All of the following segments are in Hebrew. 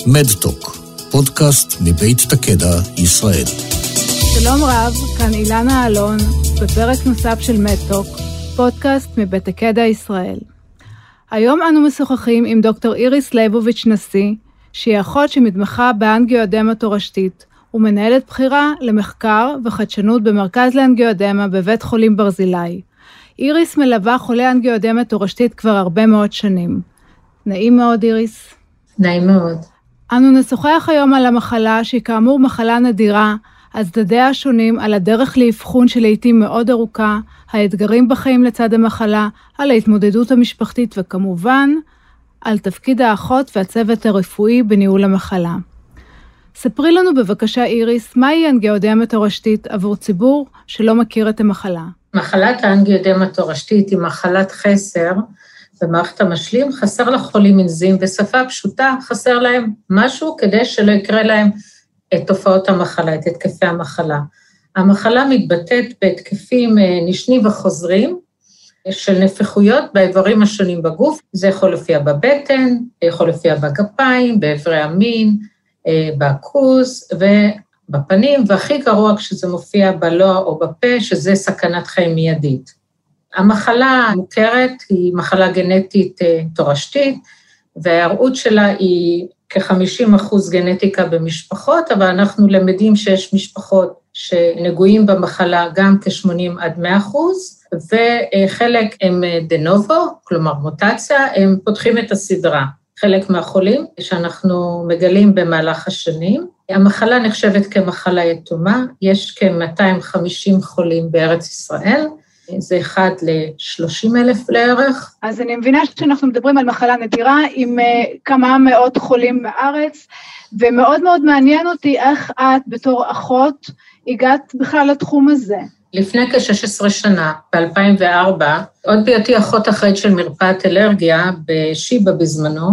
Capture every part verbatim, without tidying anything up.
מדטוק, פודקאסט מבית תקדע, ישראל. שלום רב, כאן אילנה אלון, בפרק נוסף של מדטוק, פודקאסט מבית תקדע, ישראל. היום אנו משוחחים עם דוקטור איריס ליבוביץ' נשיא, שהיא אחות שמתמחה באנגיואדמה תורשתית, ומנהלת בחירה למחקר וחדשנות במרכז לאנגיואדמה בבית חולים ברזילי. איריס מלווה חולי אנגיואדמה תורשתית כבר הרבה מאוד שנים. נעים מאוד, איריס. נעים מאוד. אנו נשוחח היום על המחלה, שהיא כאמור מחלה נדירה, הצדדיה השונים, על הדרך לאבחון שלעיתים מאוד ארוכה, האתגרים בחיים לצד המחלה, על ההתמודדות המשפחתית וכמובן, על תפקיד האחות והצוות הרפואי בניהול המחלה. ספרי לנו בבקשה, איריס, מהי אנגיואדמה תורשתית עבור ציבור שלא מכיר את המחלה? מחלת האנגיואדמה תורשתית היא מחלת חסר, במערכת המשלים חסר לחולים אנזים, בשפה פשוטה חסר להם משהו כדי שלא יקרה להם את תופעות המחלה, את התקפי המחלה. המחלה מתבטאת בהתקפים נשנים וחוזרים של נפיחויות באיברים השונים בגוף, זה יכול להופיע בבטן, יכול להופיע בגפיים, באיברי המין, בכוס ובפנים, והכי גרוע כשזה מופיע בלוע או בפה, שזה סכנת חיים מיידית. המחלה מוכרת היא מחלה גנטית תורשתית, וההיארעות שלה היא כ-חמישים אחוז גנטיקה במשפחות, אבל אנחנו למדים שיש משפחות שנגועים במחלה גם כ-שמונים עד מאה אחוז, וחלק הם דנובו, כלומר מוטציה, הם פותחים את הסדרה. חלק מהחולים שאנחנו מגלים במהלך השנים. המחלה נחשבת כמחלה יתומה, יש כ-מאתיים וחמישים חולים בארץ ישראל, זה אחד ל-שלושים אלף לערך. אז אני מבינה שאנחנו מדברים על מחלה נדירה עם uh, כמה מאות חולים בארץ, ומאוד מאוד מעניין אותי איך את בתור אחות הגעת בכלל לתחום הזה. לפני כ-שש עשרה שנה, ב-אלפיים וארבע, עוד בהיותי אחות אחראית של מרפאת אלרגיה בשיבא בזמנו,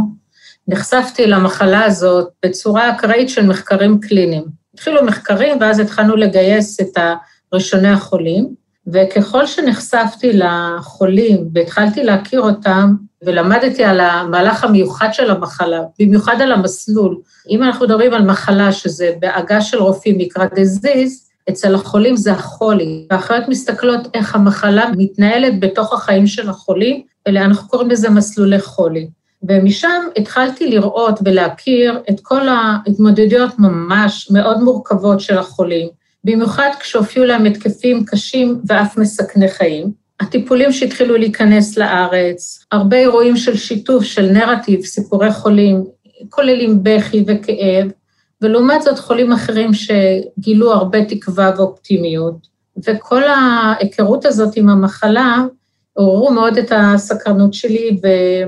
נחשפתי למחלה הזאת בצורה אקראית של מחקרים קליניים. התחילו מחקרים ואז התחלנו לגייס את ראשוני החולים, וככל שנחשפתי לחולים והתחלתי להכיר אותם, ולמדתי על המהלך המיוחד של המחלה, במיוחד על המסלול. אם אנחנו מדברים על מחלה שזה בעגה של רופאים נקרא disease, אצל החולים זה החולי, ואחרת מסתכלות איך המחלה מתנהלת בתוך החיים של החולים, אלא אנחנו קוראים לזה מסלולי חולי. ומשם התחלתי לראות ולהכיר את כל ההתמודדויות ממש מאוד מורכבות של החולים, במיוחד כשהופיעו להם התקפים קשים ואף מסכני חיים. הטיפולים שהתחילו להיכנס לארץ, הרבה אירועים של שיתוף, של נרטיב, סיפורי חולים, כוללים בכי וכאב, ולעומת זאת חולים אחרים שגילו הרבה תקווה ואופטימיות. וכל ההיכרות הזאת עם המחלה עוררו מאוד את הסקרנות שלי,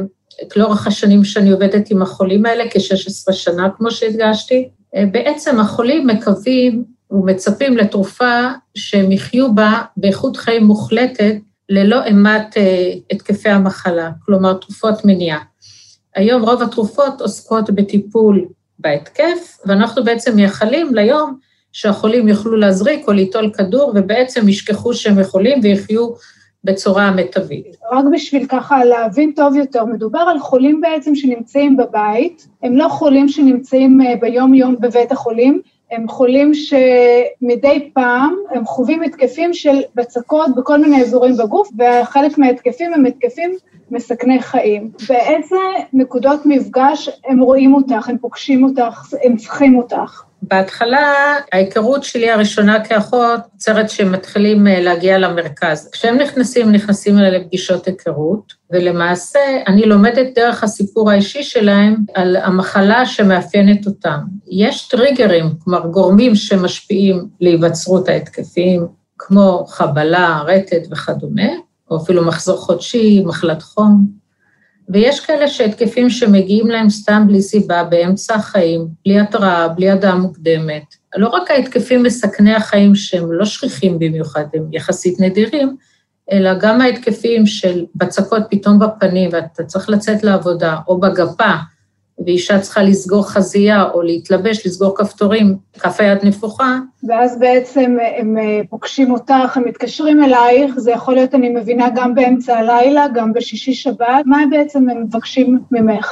ולאורך השנים שאני עובדת עם החולים האלה, כ-שש עשרה שנה כמו שהדגשתי, בעצם החולים מקווים ומצפים לתרופה שהם יחיו בה באיכות חיים מוחלטת, ללא אימת התקפי המחלה, כלומר תרופות מניעה. היום רוב התרופות עוסקות בטיפול בהתקף, ואנחנו בעצם מייחלים ליום שהחולים יוכלו להזריק או ליטול כדור, ובעצם ישכחו שהם יכולים ויחיו בצורה המיטבית. רק בשביל ככה להבין טוב יותר, מדובר על חולים בעצם שנמצאים בבית, הם לא חולים שנמצאים ביום יום בבית החולים, הם חולים שמדי פעם הם חווים התקפים של בצקות בכל מיני אזורים בגוף, וחלק מההתקפים הם התקפים מסכני חיים. באיזה נקודות מפגש הם רואים אותך, הם פוגשים אותך, הם צריכים אותך? בהתחלה, ההיכרות שלי הראשונה כאחות, צרת שמתחילים להגיע למרכז. כשהם נכנסים, נכנסים אלה לפגישות היכרות, ולמעשה אני לומדת דרך הסיפור האישי שלהם על המחלה שמאפיינת אותם. יש טריגרים, כלומר גורמים שמשפיעים להיווצרות ההתקפים, כמו חבלה, רטט וכדומה, או אפילו מחזור חודשי, מחלת חום. ויש כאלה שהתקפים שמגיעים להם סתם בלי סיבה, באמצע החיים, בלי התראה, בלי ידיעה מוקדמת. לא רק ההתקפים מסכני החיים שהם לא שכיחים במיוחד, הם יחסית נדירים, אלא גם ההתקפים של בצקות פתאום בפנים, ואתה צריך לצאת לעבודה, או בגפה, ואישה צריכה לסגור חזייה, או להתלבש, לסגור כפתורים, כף היד נפוחה. ואז בעצם הם פוגשים אותך, הם מתקשרים אלייך, זה יכול להיות, אני מבינה, גם באמצע הלילה, גם בשישי שבת, מה בעצם הם מבקשים ממך?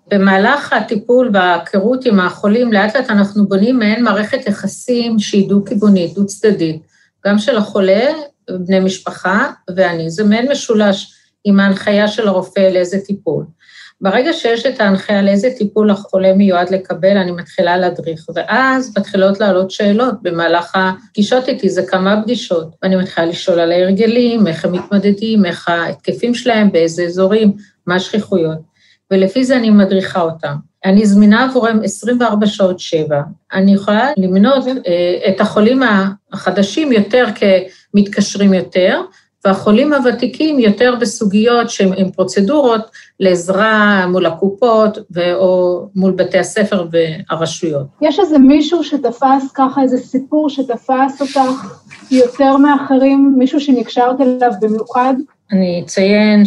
במהלך הטיפול וההיכרות עם החולים, לאט לאט אנחנו בונים מעין מערכת יחסים שהיא דו-כיוונית, דו-צדדית, גם של החולה, בני משפחה ואני. זה מעין משולש עם ההנחיה של הרופא לאיזה טיפול. ברגע שיש את ההנחיה לאיזה טיפול החולה מיועד לקבל, אני מתחילה להדריך, ואז מתחילות לעלות שאלות במהלך הפגישות איתי, זה כמה פגישות, ואני מתחילה לשאול על ההרגלים, איך הם מתמודדים, איך ההתקפים שלהם, באיזה אזורים, מה השכיחויות, ולפי זה אני מדריכה אותם. אני זמינה עבורם עשרים וארבע שעות שבע, אני יכולה למנות את החולים החדשים יותר כמתקשרים יותר, והחולים הוותיקים יותר בסוגיות שהן פרוצדורות לעזרה מול הקופות או מול בתי הספר והרשויות. יש איזה מישהו שתפס ככה, איזה סיפור שתפס אותך יותר מאחרים, מישהו שנקשרת אליו במיוחד? אני אציין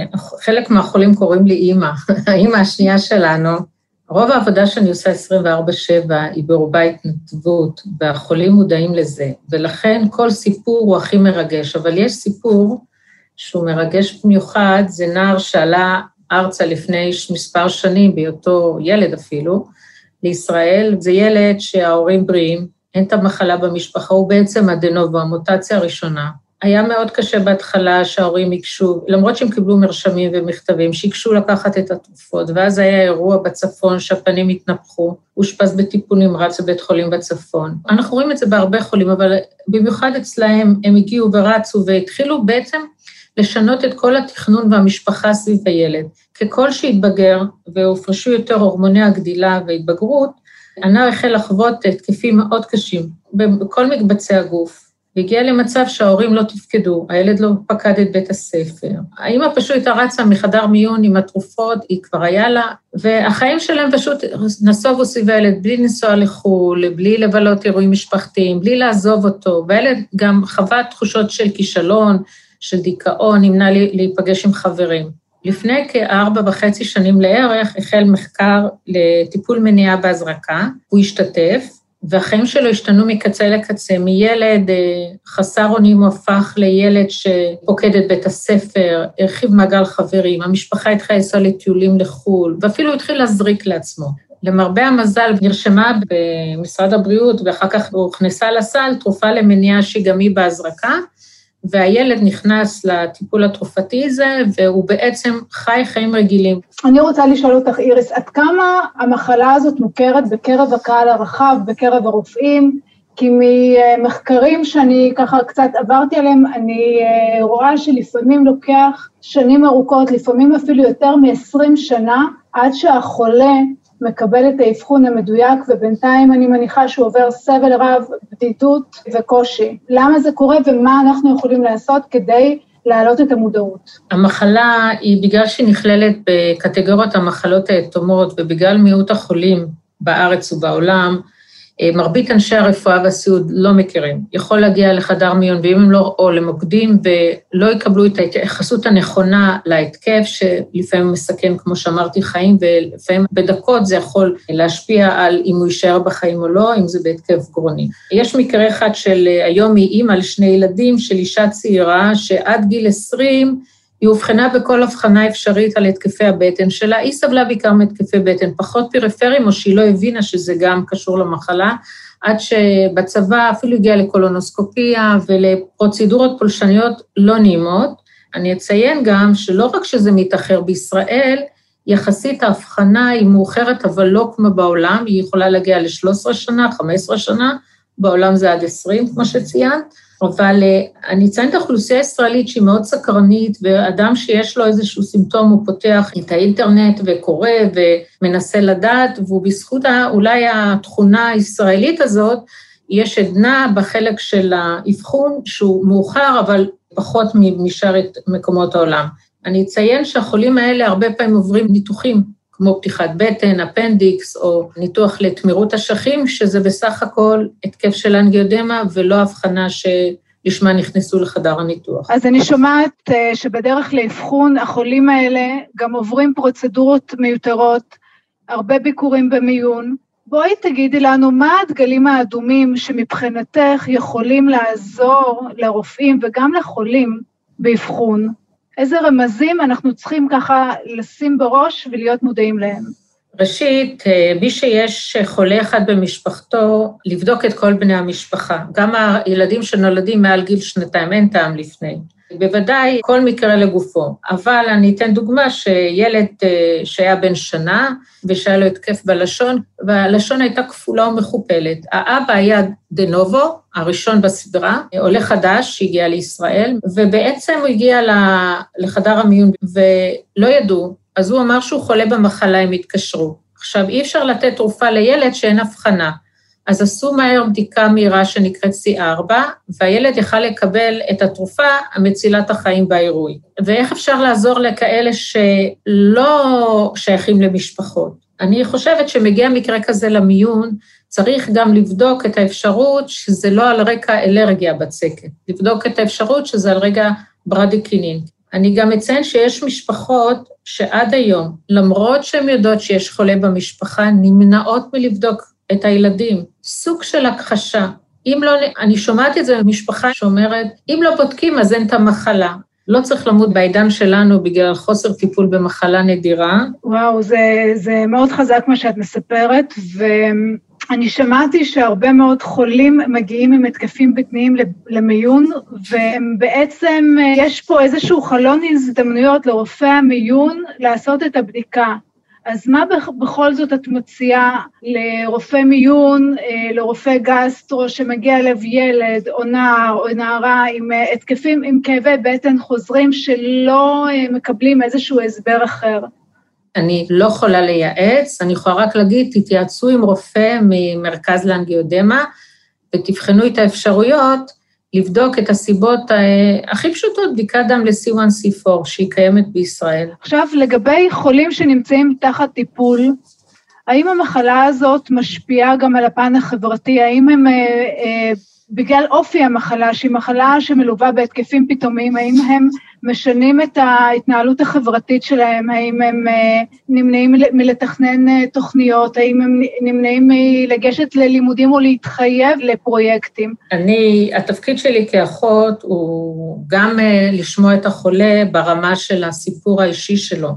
שחלק מהחולים קוראים לי אימא, האימא השנייה שלנו. רוב העבודה שאני עושה עשרים וארבע שבע היא ברובה התנדבות, והחולים מודעים לזה, ולכן כל סיפור הוא הכי מרגש, אבל יש סיפור שהוא מרגש במיוחד, זה נער שעלה ארצה לפני מספר שנים, בהיותו ילד אפילו, לישראל, זה ילד שההורים בריאים, אין את המחלה במשפחה, הוא בעצם הדנובה, המוטציה הראשונה. היה מאוד קשה בהתחלה שההורים יקשו, למרות שהם קיבלו מרשמים ומכתבים, שיקשו לקחת את התרופות, ואז היה אירוע בצפון שהפנים התנפחו, אושפז בטיפול נמרץ בבית חולים בצפון. אנחנו רואים את זה בהרבה חולים, אבל במיוחד אצלהם הם הגיעו ורצו והתחילו בעצם לשנות את כל התכנון והמשפחה סביב הילד. ככל שהתבגר והופרשו יותר הורמוני הגדילה והתבגרות, הנער החל לחוות התקפים מאוד קשים בכל מקבצי הגוף. והגיע למצב שההורים לא תפקדו, הילד לא פקד את בית הספר. האמא פשוט רצה מחדר מיון עם התרופות, היא כבר היה לה, והחיים שלהם פשוט נסובו סביב הילד, בלי לנסוע לחו"ל, בלי לבלות אירועים משפחתיים, בלי לעזוב אותו, והילד גם חווה תחושות של כישלון, של דיכאון, נמנע להיפגש עם חברים. לפני כארבע וחצי שנים לערך, החל מחקר לטיפול מניעה בהזרקה, הוא השתתף, והחיים שלו השתנו מקצה לקצה, מילד חסר אונים הוא הפך לילד שפוקד את בית הספר, הרחיב מעגל חברים, המשפחה התחילה לנסוע לטיולים לחו"ל, ואפילו התחיל להזריק לעצמו. למרבה המזל נרשמה במשרד הבריאות, ואחר כך הוא הכנסה לסל תרופה למניעה שגמי בהזרקה, והילד נכנס לטיפול התרופתי הזה, והוא בעצם חי חיים רגילים. אני רוצה לשאול אותך, איריס, עד כמה המחלה הזאת מוכרת בקרב הקהל הרחב, בקרב הרופאים? כי ממחקרים שאני ככה קצת עברתי עליהם, אני רואה שלפעמים לוקח שנים ארוכות, לפעמים אפילו יותר מ-עשרים שנה, עד שהחולה מקבל את האבחון המדויק, ובינתיים אני מניחה שהוא עובר סבל רב, בדידות וקושי. למה זה קורה ומה אנחנו יכולים לעשות כדי להעלות את המודעות? המחלה היא בגלל שהיא נכללת בקטגוריות המחלות היתומות, ובגלל מיעוט החולים בארץ ובעולם, מרבית אנשי הרפואה והסיעוד לא מכירים. יכול להגיע לחדר מיון, ואם הם לא, או למוקדים, ולא יקבלו את ההתייחסות הנכונה להתקף, שלפעמים מסכן, כמו שאמרתי, חיים, ולפעמים בדקות זה יכול להשפיע על אם הוא יישאר בחיים או לא, אם זה בהתקף גרוני. יש מקרה אחד של היום היא אימא לשני ילדים, של אישה צעירה, שעד גיל עשרים, היא הובחנה בכל הבחנה אפשרית על התקפי הבטן שלה, היא סבלה בעיקר מהתקפי בטן, פחות פריפריים, או שהיא לא הבינה שזה גם קשור למחלה, עד שבצבא אפילו הגיעה לקולונוסקופיה ולפרוצדורות פולשניות לא נעימות. אני אציין גם שלא רק שזה מתאחר בישראל, יחסית ההבחנה היא מאוחרת, אבל לא כמו בעולם, היא יכולה להגיע ל-שלוש עשרה שנה, חמש עשרה שנה, בעולם זה עד עשרים, כמו שציינת, אבל אני אציין את האוכלוסייה הישראלית שהיא מאוד סקרנית, ואדם שיש לו איזשהו סימפטום, הוא פותח את האינטרנט וקורא ומנסה לדעת, והוא בזכות אולי התכונה הישראלית הזאת, יש עדנה בחלק של האבחון שהוא מאוחר, אבל פחות משאר מקומות העולם. אני אציין שהחולים האלה הרבה פעמים עוברים ניתוחים, כמו פתיחת בטן, אפנדיקס, או ניתוח לתמירות אשכים, שזה בסך הכל התקף של אנגיודמה, ולא הבחנה שלשמה נכנסו לחדר הניתוח. אז אני שומעת שבדרך לאבחון, החולים האלה גם עוברים פרוצדורות מיותרות, הרבה ביקורים במיון. בואי תגידי לנו, מה הדגלים האדומים שמבחינתך יכולים לעזור לרופאים וגם לחולים באבחון? איזה רמזים אנחנו צריכים ככה לשים בראש ולהיות מודעים להם? ראשית, מי שיש חולה אחד במשפחתו, לבדוק את כל בני המשפחה. גם הילדים שנולדים מעל גיל שנתיים, אין טעם לפני. בוודאי כל מקרה לגופו, אבל אני אתן דוגמה שילד שהיה בן שנה ושהיה לו התקף בלשון, והלשון הייתה כפולה ומכופלת. האבא היה דנובו, הראשון בסדרה, עולה חדש שהגיע לישראל, ובעצם הוא הגיע לחדר המיון ולא ידעו, אז הוא אמר שהוא חולה במחלה, הם התקשרו. עכשיו אי אפשר לתת תרופה לילד שאין הבחנה, אז עשו מהר בדיקה מהירה שנקראת סי ארבע, והילד יכל לקבל את התרופה המצילת החיים בעירוי. ואיך אפשר לעזור לכאלה שלא שייכים למשפחות? אני חושבת שמגיע מקרה כזה למיון, צריך גם לבדוק את האפשרות שזה לא על רקע אלרגיה בצקת, לבדוק את האפשרות שזה על רקע ברדיקינין. אני גם אציין שיש משפחות שעד היום, למרות שהן יודעות שיש חולה במשפחה, נמנעות מלבדוק את הילדים, סוג של הכחשה. אם לא, אני שומעת את זה במשפחה שאומרת, אם לא בודקים אז אין את המחלה. לא צריך למות בעידן שלנו בגלל חוסר טיפול במחלה נדירה. וואו, זה, זה מאוד חזק מה שאת מספרת, ואני שמעתי שהרבה מאוד חולים מגיעים עם התקפים בטניים למיון, ובעצם יש פה איזשהו חלון הזדמנויות לרופא המיון לעשות את הבדיקה. אז מה בכל זאת את מציעה לרופא מיון, לרופא גסטרו שמגיע אליו ילד או נער או נערה עם התקפים, עם כאבי בטן חוזרים שלא מקבלים איזשהו הסבר אחר? אני לא יכולה לייעץ, אני יכולה רק להגיד, תתייעצו עם רופא ממרכז לאנגיודמה, ותבחנו את האפשרויות, לבדוק את הסיבות הכי פשוטות, בדיקת דם ל-סי וואן סי פור, שהיא קיימת בישראל. עכשיו, לגבי חולים שנמצאים תחת טיפול, האם המחלה הזאת משפיעה גם על הפן החברתי? האם הם, אה, בגלל אופי המחלה, שהיא מחלה שמלווה בהתקפים פתאומיים, האם הם משנים את ההתנהלות החברתית שלהם? האם הם אה, נמנעים מלתכנן אה, תוכניות? האם הם נמנעים מלגשת ללימודים או להתחייב לפרויקטים? אני, התפקיד שלי כאחות הוא גם אה, לשמוע את החולה ברמה של הסיפור האישי שלו.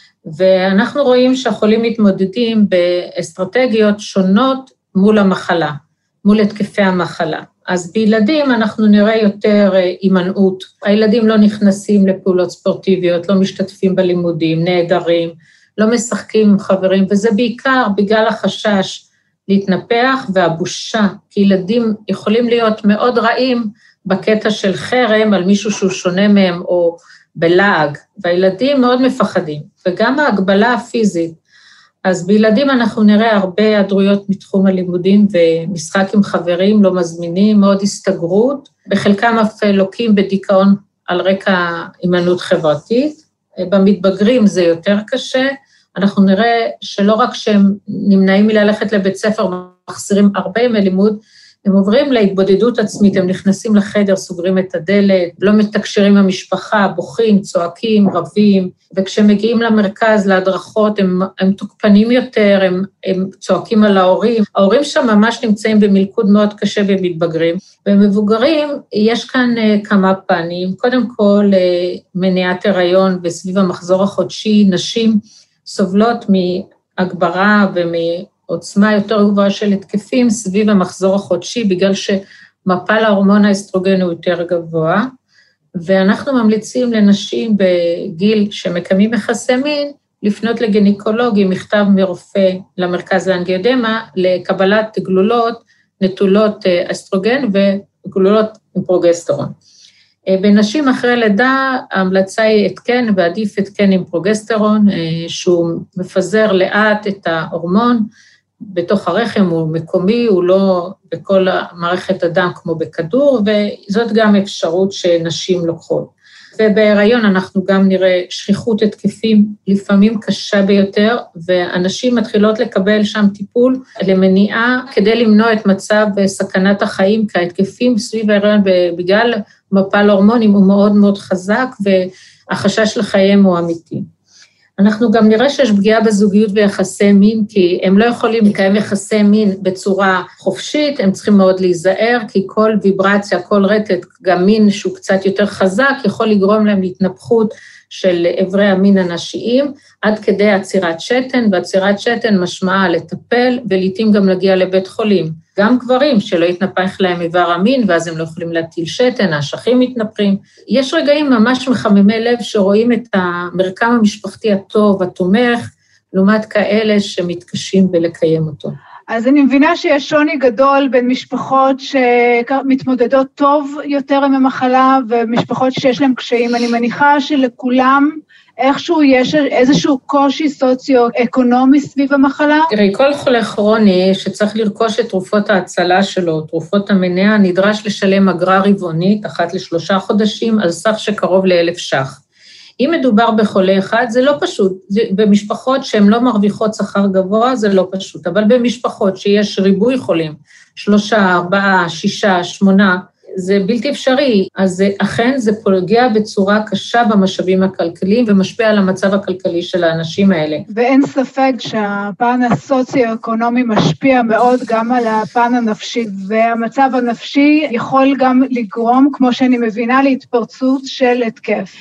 ואנחנו רואים שהחולים מתמודדים באסטרטגיות שונות מול המחלה, מול התקפי המחלה. אז בילדים אנחנו נראה יותר הימנעות. הילדים לא נכנסים לפעולות ספורטיביות, לא משתתפים בלימודים, נהדרים, לא משחקים עם חברים, וזה בעיקר בגלל החשש להתנפח והבושה, כי ילדים יכולים להיות מאוד רעים בקטע של חרם על מישהו שהוא שונה מהם או בלעג, והילדים מאוד מפחדים, וגם ההגבלה הפיזית. אז בילדים אנחנו נראה הרבה היעדרויות מתחום הלימודים ומשחק עם חברים לא מזמינים, מאוד הסתגרות, בחלקם אף לוקים בדיכאון על רקע הימנעות חברתית. במתבגרים זה יותר קשה, אנחנו נראה שלא רק שהם נמנעים מללכת לבית ספר, מחסירים הרבה ימי לימוד, הם עוברים להתבודדות עצמית, הם נכנסים לחדר, סוגרים את הדלת, לא מתקשרים עם המשפחה, בוכים, צועקים, רבים, וכשמגיעים למרכז, להדרכות, הם, הם תוקפנים יותר, הם, הם צועקים על ההורים. ההורים שם ממש נמצאים במלכוד מאוד קשה במתבגרים. במבוגרים יש כאן כמה פנים, קודם כל מניעת הריון וסביב המחזור החודשי, נשים סובלות מהגברה ומ... עוצמה יותר גבוהה של התקפים סביב המחזור החודשי, בגלל שמפל ההורמון האסטרוגן הוא יותר גבוה, ואנחנו ממליצים לנשים בגיל שמקיימים יחסי מין, לפנות לגניקולוגי, מכתב מרופא למרכז לאנגיודמה, לקבלת גלולות נטולות אסטרוגן וגלולות עם פרוגסטרון. בנשים אחרי לידה, ההמלצה היא התקן, ועדיף התקן עם פרוגסטרון, שהוא מפזר לאט את ההורמון, בתוך הרחם הוא מקומי, הוא לא בכל מערכת הדם כמו בכדור, וזאת גם אפשרות שנשים לוקחות. ובהיריון אנחנו גם נראה שכיחות התקפים, לפעמים קשה ביותר, ואנשים מתחילות לקבל שם טיפול למניעה, כדי למנוע את מצב סכנת החיים, כי ההתקפים סביב ההיריון בגלל מפל הורמונים הוא מאוד מאוד חזק, והחשש לחייהם הוא אמיתי. אנחנו גם נראה שיש פגיעה בזוגיות ויחסי מין, כי הם לא יכולים לקיים יחסי מין בצורה חופשית, הם צריכים מאוד להיזהר, כי כל ויברציה, כל רטט, גם מין שהוא קצת יותר חזק, יכול לגרום להם להתנפחות של איברי המין הנשיים, עד כדי עצירת שתן, ועצירת שתן משמעה לטפל, ולעיתים גם להגיע לבית חולים. גם גברים שלא יתנפח להם איבר המין, ואז הם לא יכולים להטיל שתן, האשכים מתנפחים. יש רגעים ממש מחממי לב שרואים את המרקם המשפחתי הטוב, התומך, לעומת כאלה שמתקשים בלקיים אותו. אז אני מבינה שיש שוני גדול בין משפחות שמתמודדות טוב יותר עם המחלה, ומשפחות שיש להם קשיים. אני מניחה שלכולם איכשהו יש איזשהו קושי סוציו-אקונומי סביב המחלה? תראי, כל חולה כרוני שצריך לרכוש את תרופות ההצלה שלו, תרופות המניעה, נדרש לשלם אגרה רבעונית, אחת לשלושה חודשים, על סך שקרוב לאלף ש"ח. אם מדובר בחולה אחד, זה לא פשוט. במשפחות שהן לא מרוויחות שכר גבוה, זה לא פשוט. אבל במשפחות שיש ריבוי חולים, שלושה, ארבעה, שישה, שמונה, זה בלתי אפשרי. אז אכן זה פוגע בצורה קשה במשאבים הכלכליים, ומשפיע על המצב הכלכלי של האנשים האלה. ואין ספק שהפן הסוציו-אקונומי משפיע מאוד גם על הפן הנפשי, והמצב הנפשי יכול גם לגרום, כמו שאני מבינה, להתפרצות של התקף.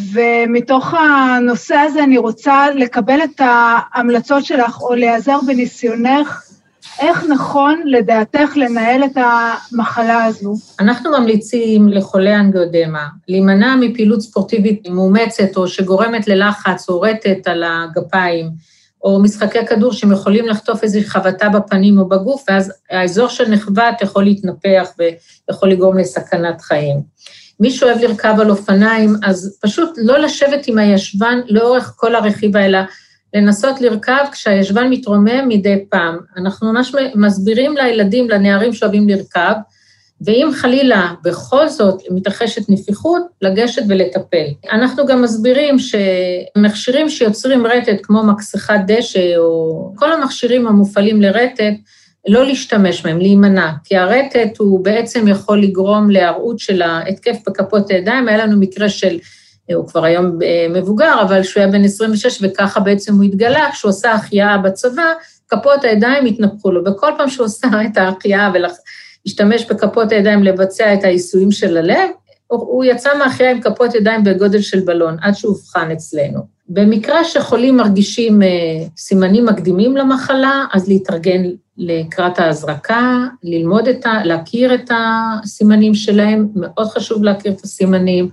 ומתוך הנושא הזה אני רוצה לקבל את ההמלצות שלך, או להיעזר בניסיונך, איך נכון לדעתך לנהל את המחלה הזו? אנחנו ממליצים לחולי אנגיודמה, להימנע מפעילות ספורטיבית מאומצת, או שגורמת ללחץ, או רטט על הגפיים, או משחקי כדור שהם יכולים לחטוף איזו חבטה בפנים או בגוף, ואז האזור של נחבט יכול להתנפח ויכול לגרום לסכנת חיים. מי שאוהב לרכב על אופניים, אז פשוט לא לשבת עם הישבן לאורך כל הרכיב האלה, לנסות לרכב כשהישבן מתרומם מדי פעם. אנחנו ממש מסבירים לילדים, לנערים שאוהבים לרכב, ואם חלילה בכל זאת מתרחשת נפיחות, לגשת ולטפל. אנחנו גם מסבירים שמכשירים שיוצרים רטט, כמו מכסחת דשא, או כל המכשירים המופעלים לרטט, לא להשתמש מהם, להימנע, כי הרטט הוא בעצם יכול לגרום להראות של ההתקף בכפות הידיים. היה לנו מקרה של, הוא כבר היום מבוגר, אבל שהוא היה בן עשרים ושש, וככה בעצם הוא התגלה, כשהוא עושה החייאה בצבא, כפות הידיים התנפחו לו, וכל פעם שהוא עושה את ההחייאה ולהשתמש בכפות הידיים לבצע את העיסויים של הלב, הוא יצא מהחייאה עם כפות ידיים בגודל של בלון, עד שהוא הובחן אצלנו. במקרה שחולים מרגישים סימנים מקדימים למחלה, אז להתארגן לקראת ההזרקה, ללמוד את ה... להכיר את הסימנים שלהם, מאוד חשוב להכיר את הסימנים,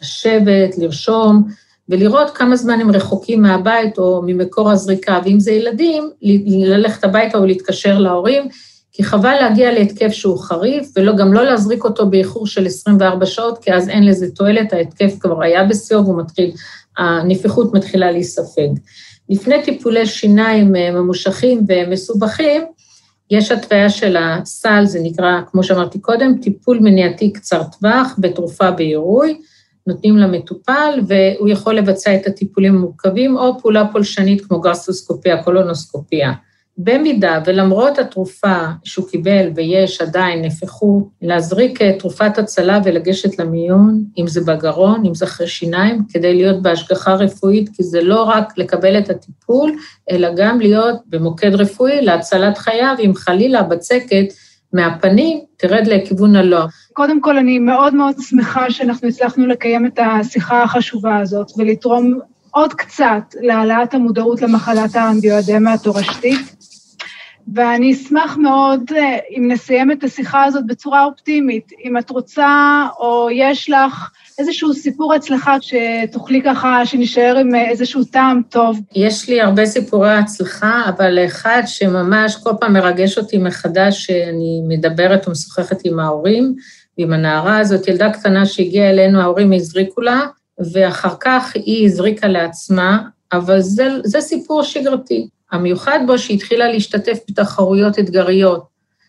לשבת, לרשום, ולראות כמה זמן הם רחוקים מהבית או ממקור הזריקה, ואם זה ילדים, ללכת הביתה או להתקשר להורים, כי חבל להגיע להתקף שהוא חריף, וגם לא להזריק אותו באיחור של עשרים וארבע שעות, כי אז אין לזה תועלת, ההתקף כבר היה בסיום, והוא מתחיל, הנפיחות מתחילה להיספג. לפני טיפולי שיניים ממושכים ומסובכים, יש התוויה של הסל, זה נקרא, כמו שאמרתי קודם, טיפול מניעתי קצר טווח בתרופה בעירוי, נותנים למטופל, והוא יכול לבצע את הטיפולים המורכבים, או פעולה פולשנית כמו גסטרוסקופיה, קולונוסקופיה. במידה, ולמרות התרופה שהוא קיבל ויש עדיין נפחו, להזריק תרופת הצלה ולגשת למיון, אם זה בגרון, אם זה אחרי שיניים, כדי להיות בהשגחה רפואית, כי זה לא רק לקבל את הטיפול, אלא גם להיות במוקד רפואי להצלת חייו, אם חלילה בצקת מהפנים, תרד לכיוון הלא. קודם כל, אני מאוד מאוד שמחה שאנחנו הצלחנו לקיים את השיחה החשובה הזאת, ולתרום עוד קצת להעלאת המודעות למחלת האנגיואדמה התורשתית, ואני אשמח מאוד אם נסיים את השיחה הזאת בצורה אופטימית, אם את רוצה או יש לך איזשהו סיפור הצלחה שתוכלי ככה שנשאר עם איזשהו טעם טוב. יש לי הרבה סיפורי הצלחה, אבל אחד שממש כל פעם מרגש אותי מחדש שאני מדברת ומשוחחת עם ההורים, ועם הנערה הזאת, ילדה קטנה שהגיעה אלינו, ההורים הזריקו לה, ואחר כך היא הזריקה לעצמה, אבל זה, זה סיפור שגרתי. המיוחד בו שהתחילה להשתתף בתחרויות אתגריות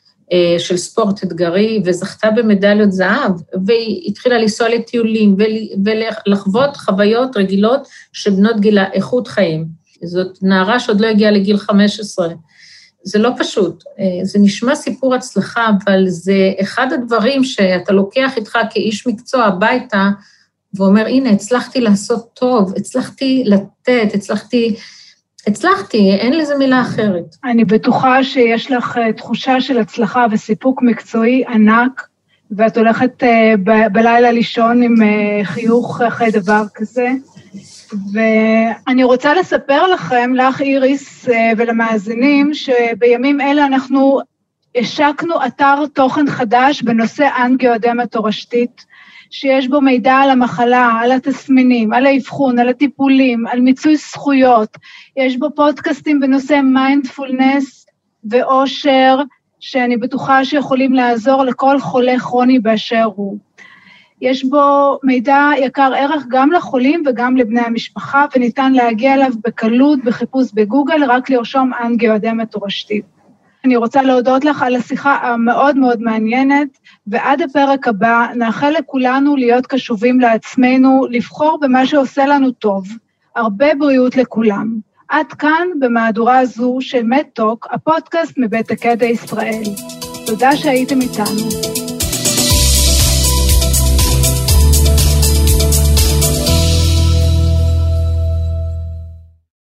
של ספורט אתגרי, וזכתה במדליות זהב, והיא התחילה לנסוע לטיולים ולחוות חוויות רגילות של בנות גילה, איכות חיים. זאת נערה שעוד לא הגיעה לגיל חמש עשרה. זה לא פשוט, זה נשמע סיפור הצלחה, אבל זה אחד הדברים שאתה לוקח איתך כאיש מקצוע הביתה, ואומר, הנה, הצלחתי לעשות טוב, הצלחתי לתת, הצלחתי... הצלחתי, אין לזה מילה אחרת. אני בטוחה שיש לך תחושה של הצלחה וסיפוק מקצועי ענק, ואת הולכת ב- בלילה לישון עם חיוך אחרי דבר כזה. ואני רוצה לספר לכם, לך איריס ולמאזינים, שבימים אלה אנחנו השקנו אתר תוכן חדש בנושא אנגיואדמה תורשתית, שיש בו מידע על המחלה, על התסמינים, על האבחון, על הטיפולים, על מיצוי זכויות. יש בו פודקאסטים בנושא מיינדפולנס ואושר, שאני בטוחה שיכולים לעזור לכל חולה כרוני באשר הוא. יש בו מידע יקר ערך גם לחולים וגם לבני המשפחה, וניתן להגיע אליו בקלות בחיפוש בגוגל, רק לרשום אנגיואדמה תורשתית. אני רוצה להודות לך על השיחה המאוד מאוד מעניינת, ועד הפרק הבא נאחל לכולנו להיות קשובים לעצמנו, לבחור במה שעושה לנו טוב. הרבה בריאות לכולם. עד כאן במהדורה הזו של מדטוק, הפודקאסט מבית הקדע ישראל. תודה שהייתם איתנו.